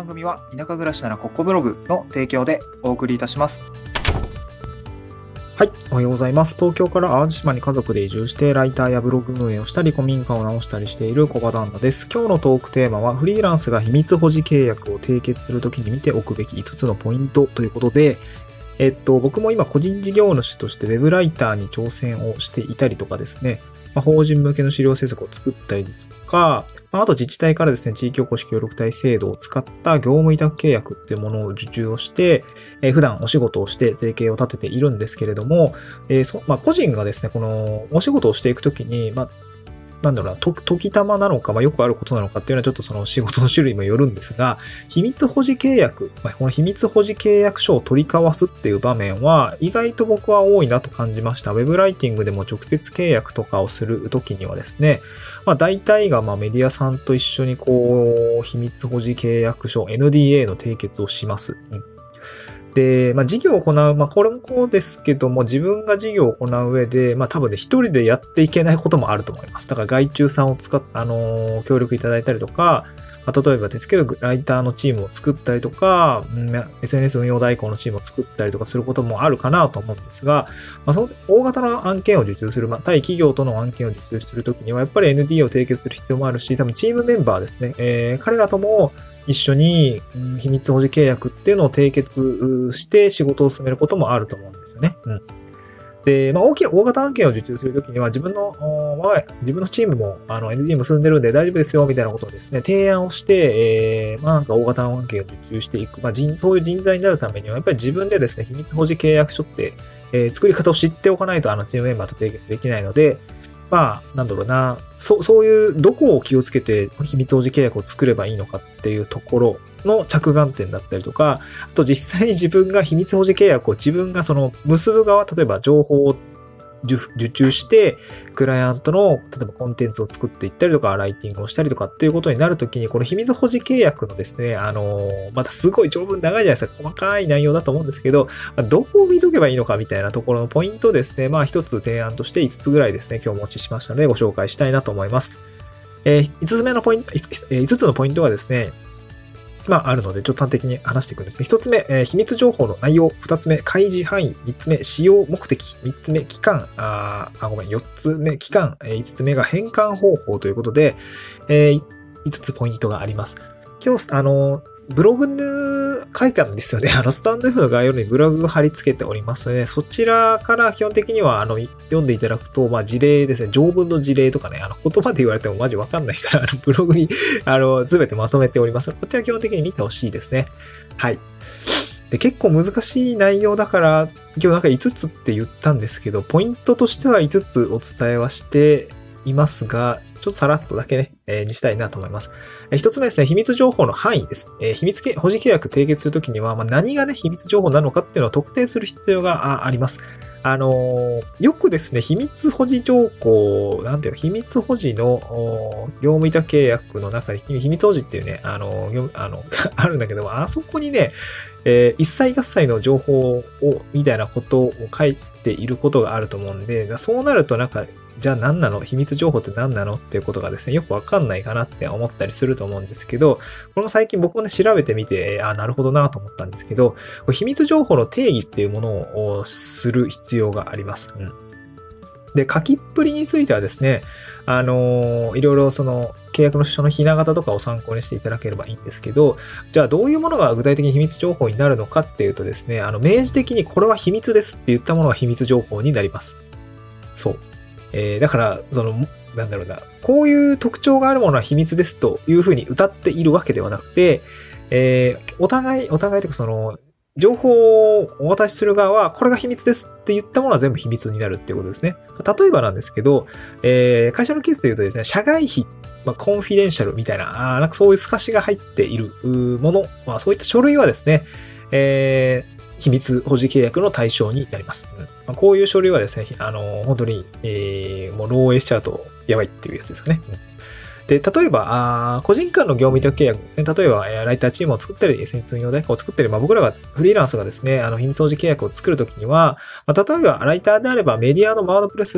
番組は田舎暮らしならここブログの提供でお送りいたします。はい、おはようございます。東京から淡路島に家族で移住してライターやブログ運営をしたり古民家を直したりしている小場旦那です。今日のトークテーマはフリーランスが秘密保持契約を締結するときに見ておくべき5つのポイントということで、僕も今個人事業主としてウェブライターに挑戦をしていたりとかですね、法人向けの資料制作を作ったりですとか、あと自治体からですね、地域おこし協力隊制度を使った業務委託契約っていうものを受注をして、普段お仕事をして生計を立てているんですけれども、個人がですね、このお仕事をしていくときに、時たまなのか、よくあることなのかっていうのはちょっとその仕事の種類もよるんですが、秘密保持契約、この秘密保持契約書を取り交わすっていう場面は意外と僕は多いなと感じました。ウェブライティングでも直接契約とかをするときにはですね、大体がメディアさんと一緒に秘密保持契約書、NDA の締結をします。で、事業を行う、これもこうですけども、自分が事業を行う上で、多分ね、一人でやっていけないこともあると思います。だから外注さんを使っ協力いただいたりとか、例えばですけど、ライターのチームを作ったりとか、SNS 運用代行のチームを作ったりとかすることもあるかなと思うんですが、大型の案件を受注する、対企業との案件を受注するときには、やっぱり ND を締結する必要もあるし、多分チームメンバーですね、彼らとも一緒に秘密保持契約っていうのを締結して仕事を進めることもあると思うんですよね。で、大型案件を受注するときには自分のチームもND 結んでるんで大丈夫ですよみたいなことをですね、提案をして、大型案件を受注していく。そういう人材になるためには、やっぱり自分でですね、秘密保持契約書って、作り方を知っておかないとチームメンバーと締結できないので、そういうどこを気をつけて秘密保持契約を作ればいいのかっていうところの着眼点だったりとか、あと実際に自分が秘密保持契約を自分がその結ぶ側、例えば情報を受注して、クライアントの、例えばコンテンツを作っていったりとか、ライティングをしたりとかっていうことになるときに、この秘密保持契約のですね、またすごい長文長いじゃないですか。細かい内容だと思うんですけど、どこを見とけばいいのかみたいなところのポイントですね、一つ提案として5つぐらいですね、今日お持ちしましたのでご紹介したいなと思います。5つのポイントがですね、あるので、ちょっと端的に話していくんですね。1つ目、秘密情報の内容。2つ目、開示範囲。3つ目、使用目的。3つ目、期間。4つ目、期間。5つ目が変換方法ということで、5つポイントがあります。今日、ブログで書いたんですよね。スタンド F の概要欄にブログを貼り付けておりますので、そちらから基本的には、読んでいただくと、事例ですね、条文の事例とかね、言葉で言われてもマジわかんないから、ブログに、すべてまとめております。こちら基本的に見てほしいですね。はい。で、結構難しい内容だから、今日5つって言ったんですけど、ポイントとしては5つお伝えはしていますが、ちょっとさらっとだけね、にしたいなと思います。一つ目ですね、秘密情報の範囲です。秘密保持契約締結するときには、何がね、秘密情報なのかっていうのを特定する必要があります。よくですね、秘密保持条項、秘密保持の業務委託契約の中に秘密保持っていうね、あるんだけど、あそこにね、一切合切の情報を、みたいなことを書いていることがあると思うんで、そうなるとじゃあ何なの？秘密情報って何なの？っていうことがですね、よくわかんないかなって思ったりすると思うんですけど、この最近僕もね、調べてみて、なるほどなと思ったんですけど、秘密情報の定義っていうものをする必要があります。で、書きっぷりについてはですね、いろいろその契約の書のひな形とかを参考にしていただければいいんですけど、じゃあどういうものが具体的に秘密情報になるのかっていうとですね、明示的にこれは秘密ですって言ったものが秘密情報になります。そう。だから、こういう特徴があるものは秘密ですというふうに謳っているわけではなくて、お互いというかその、情報をお渡しする側は、これが秘密ですって言ったものは全部秘密になるっていうことですね。例えばなんですけど、会社のケースで言うとですね、社外費、コンフィデンシャルみたいな、そういう透かしが入っているもの、そういった書類はですね、秘密保持契約の対象になります。こういう書類はですね、本当に、もう漏洩しちゃうとやばいっていうやつですかね。で、例えば、個人間の業務委託契約ですね。例えば、ライターチームを作ったり、SNS 運用代行を作ったり、僕らが、フリーランスがですね、秘密保持契約を作るときには、例えば、ライターであれば、メディアのワードプレス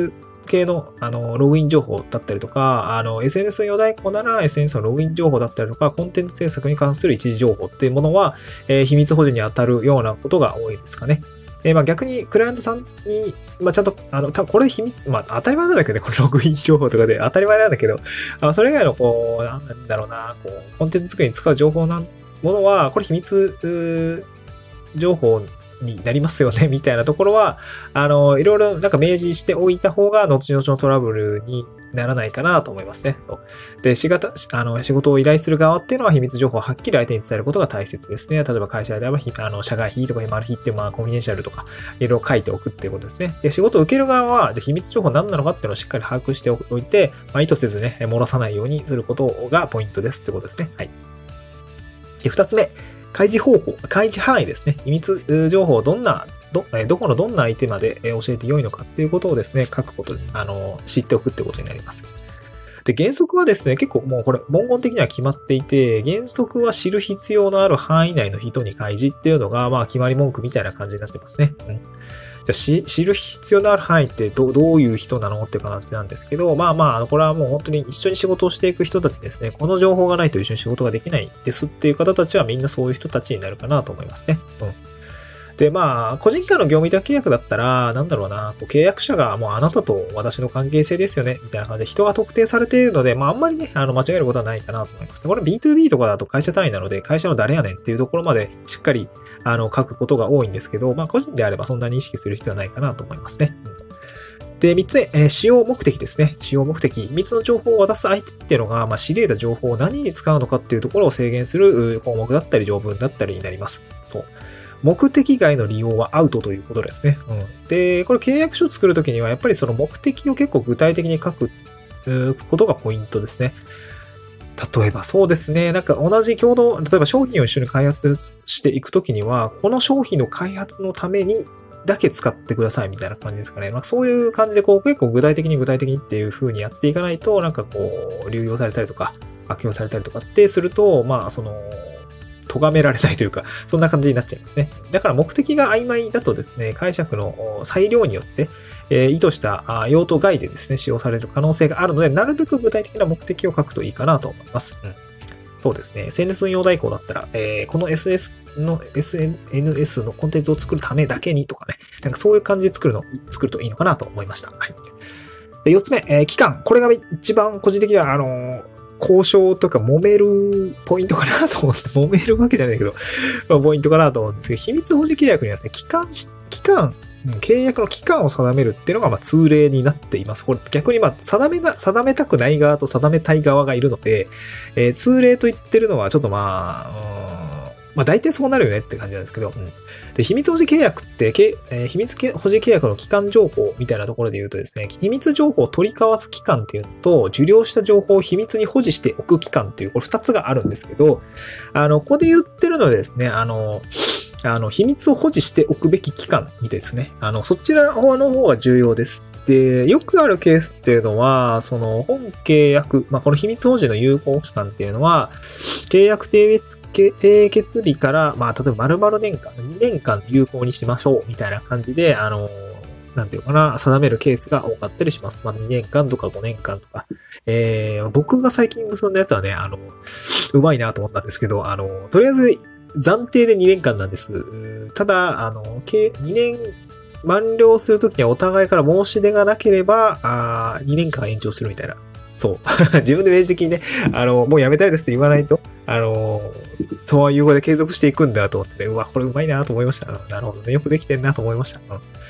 系の、ログイン情報だったりとか、SNS 運用代行なら SNS のログイン情報だったりとか、コンテンツ制作に関する一時情報っていうものは、秘密保持に当たるようなことが多いですかね。逆に、クライアントさんに、ちゃんと、多分これ秘密、当たり前なんだけどね、このログイン情報とかで当たり前なんだけど、それ以外の、なんだろうな、コンテンツ作りに使う情報ものは、これ秘密、情報になりますよね、みたいなところは、いろいろなんか明示しておいた方が、後々のトラブルにならないかなと思いますね。そう。で、仕事を依頼する側っていうのは秘密情報をはっきり相手に伝えることが大切ですね。例えば会社であれば、社外費とかマル費っていう、コンフィデンシャルとか、いろいろ書いておくっていうことですね。で、仕事を受ける側は、秘密情報何なのかっていうのをしっかり把握しておいて、意図せずね、漏らさないようにすることがポイントですってことですね。はい。で、二つ目。開示方法、開示範囲ですね。秘密情報をどこのどんな相手まで教えて良いのかっていうことをですね、書くことで、知っておくってことになります。で、原則はですね、結構もうこれ文言的には決まっていて、原則は知る必要のある範囲内の人に開示っていうのが、決まり文句みたいな感じになってますね。じゃあ知る必要のある範囲ってどういう人なのって形なんですけど、これはもう本当に一緒に仕事をしていく人たちですね。この情報がないと一緒に仕事ができないですっていう方たちはみんなそういう人たちになるかなと思いますね。で、個人間の業務委託契約だったら、契約者がもうあなたと私の関係性ですよね、みたいな感じで人が特定されているので、あんまりね、間違えることはないかなと思います。これ B2B とかだと会社単位なので、会社の誰やねんっていうところまでしっかり、書くことが多いんですけど、個人であればそんなに意識する必要はないかなと思いますね。で、3つ目、使用目的ですね。使用目的。秘密の情報を渡す相手っていうのが、知り得た情報を何に使うのかっていうところを制限する項目だったり、条文だったりになります。そう。目的外の利用はアウトということですね。で、これ契約書を作るときには、やっぱりその目的を結構具体的に書くことがポイントですね。例えばそうですね。同じ共同、例えば商品を一緒に開発していくときには、この商品の開発のためにだけ使ってくださいみたいな感じですかね。そういう感じで結構具体的にっていう風にやっていかないと、流用されたりとか、悪用されたりとかってすると、咎められないというか、そんな感じになっちゃいますね。だから目的が曖昧だとですね、解釈の裁量によって、意図した用途外でですね、使用される可能性があるので、なるべく具体的な目的を書くといいかなと思います。そうですね。SNS 運用代行だったら、この SNS のコンテンツを作るためだけにとかね、そういう感じで作るといいのかなと思いました。はい。で、4つ目、期間。これが一番個人的には、交渉とか揉めるポイントかなと思って、揉めるわけじゃないけど、ポイントかなと思うんですけど、秘密保持契約にはですね、契約の期間を定めるっていうのが通例になっています。これ逆に定めたくない側と定めたい側がいるので、通例と言ってるのはちょっと大体そうなるよねって感じなんですけど、で、秘密保持契約って、秘密保持契約の期間情報みたいなところで言うとですね、秘密情報を取り交わす期間っていうのと、受領した情報を秘密に保持しておく期間っていう、これ2つがあるんですけど、ここで言ってるのでですね、秘密を保持しておくべき期間にですね、そちらの方が重要です。で、よくあるケースっていうのは、本契約、この秘密保持の有効期間っていうのは、契約締結日から、例えば丸々2年間有効にしましょう、みたいな感じで、定めるケースが多かったりします。2年間とか5年間とか。僕が最近結んだやつはね、うまいなと思ったんですけど、とりあえず暫定で2年間なんです。ただ、2年満了するときにはお互いから申し出がなければ、2年間延長するみたいな。そう。自分で明示的にね、もうやめたいですって言わないと、そういう語で継続していくんだと思ってね、これうまいなと思いました。なるほどね。よくできてんなと思いました。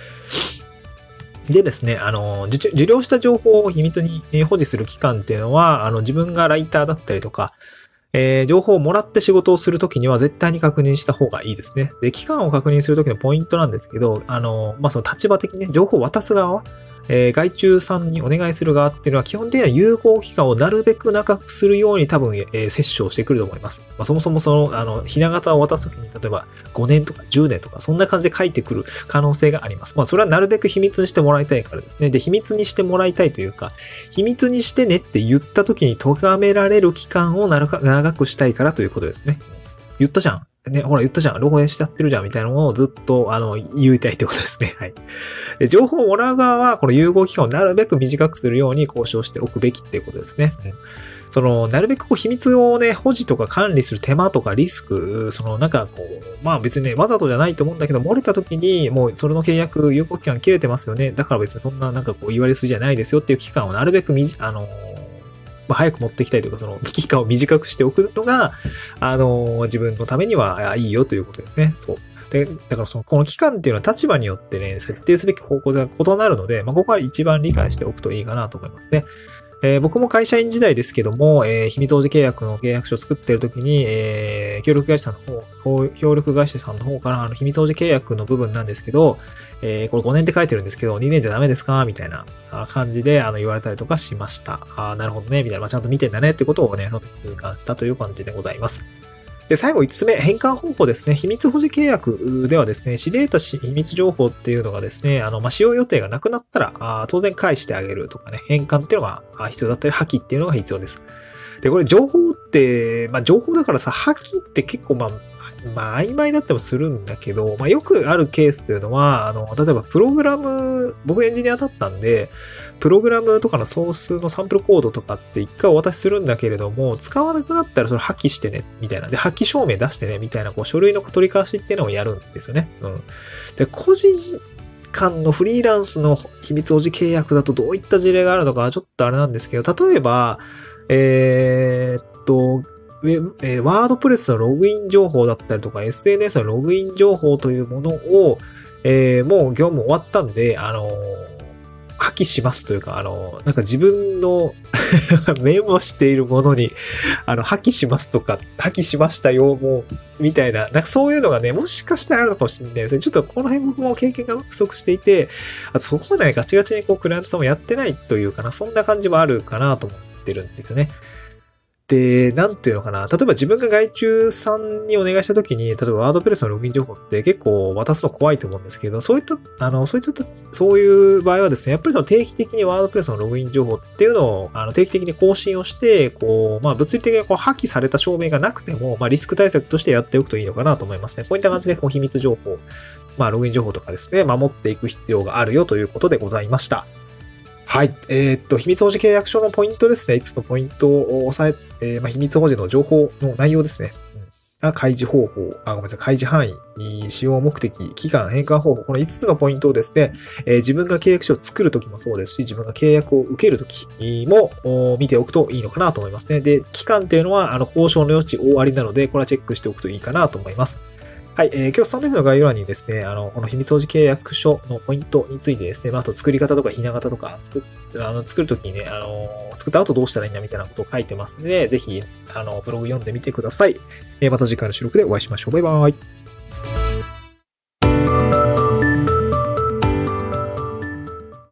でですね、受領した情報を秘密に保持する期間っていうのは、自分がライターだったりとか、情報をもらって仕事をするときには絶対に確認した方がいいですね。で、期間を確認するときのポイントなんですけど、その立場的にね、情報を渡す側は、外注さんにお願いする側っていうのは基本的には有効期間をなるべく長くするように多分、接種してくると思います。そもそもひな形を渡すときに、例えば5年とか10年とか、そんな感じで書いてくる可能性があります。それはなるべく秘密にしてもらいたいからですね。で、秘密にしてもらいたいというか、秘密にしてねって言ったときに咎められる期間を長くしたいからということですね。言ったじゃん。 ね、ほら言ったじゃん、漏洩しちゃってるじゃん、みたいなのをずっと、言いたいってことですね。はい。で、情報をもらう側は、この融合期間をなるべく短くするように交渉しておくべきっていうことですね。うん。なるべく秘密をね、保持とか管理する手間とかリスク、なんかまあ別にね、わざとじゃないと思うんだけど、漏れた時に、もうそれの契約、有効期間切れてますよね。だから別にそんななんか言われすぎじゃないですよっていう期間をなるべくまあ、早く持ってきたいというか、期間を短くしておくのが、自分のためにはいいよということですね。そう。で、だからこの期間っていうのは立場によってね、設定すべき方向性が異なるので、まあ、ここは一番理解しておくといいかなと思いますね。僕も会社員時代ですけども、秘密保持契約の契約書を作っているときに、協力会社さんの方から、秘密保持契約の部分なんですけど、これ5年って書いてるんですけど、2年じゃダメですかみたいな感じで、言われたりとかしました。なるほどね、みたいな、まあ、ちゃんと見てんだねってことをね、その時痛感したという感じでございます。で、最後5つ目、返還方法ですね。秘密保持契約ではですね、知り得た秘密情報っていうのがですね、まあ、使用予定がなくなったら、当然返してあげるとかね、返還っていうのが必要だったり、破棄っていうのが必要です。で、これ情報って、まあ、情報だからさ、破棄って結構まあ曖昧だってもするんだけど、まあ、よくあるケースというのは、例えばプログラム、僕エンジニアだったんで、プログラムとかのソースのサンプルコードとかって一回お渡しするんだけれども、使わなくなったらそれ破棄してね、みたいな。で、破棄証明出してね、みたいな、書類の取り交わしっていうのをやるんですよね。うん。で、個人間のフリーランスの秘密保持契約だとどういった事例があるのかちょっとあれなんですけど、例えば、ワードプレスのログイン情報だったりとか、SNS のログイン情報というものを、もう業務終わったんで、破棄しますというか、なんか自分のメモしているものに、破棄しますとか、破棄しましたよ、もう、みたいな、なんかそういうのがね、もしかしたらあるのかもしれないですね。ちょっとこの辺僕も経験が不足していて、あとそこまでガチガチにクライアントさんもやってないというかな、そんな感じもあるかなと思ってるんですよね。で、なんていうのかな。例えば自分が外注さんにお願いしたときに、例えばワードプレスのログイン情報って結構渡すの怖いと思うんですけど、そういう場合はですね、やっぱり定期的にワードプレスのログイン情報っていうのを、定期的に更新をして、まあ物理的に破棄された証明がなくても、まあリスク対策としてやっておくといいのかなと思いますね。こういった感じで秘密情報、まあログイン情報とかですね、守っていく必要があるよということでございました。はい。秘密保持契約書のポイントですね。5つのポイントを押さえ、秘密保持の情報の内容ですね。開示方法、開示範囲、使用目的、期間、返還方法、この5つのポイントをですね、自分が契約書を作るときもそうですし、自分が契約を受けるときも見ておくといいのかなと思いますね。で、期間っていうのは、交渉の余地大ありなので、これはチェックしておくといいかなと思います。はい、今日スタンド F の概要欄にですね、この秘密保持契約書のポイントについてですね、あと作り方とかひな形とか作るときにね、作った後どうしたらいいんだみたいなことを書いてますので、ぜひ、ブログ読んでみてください。また次回の収録でお会いしましょう。バイバイ。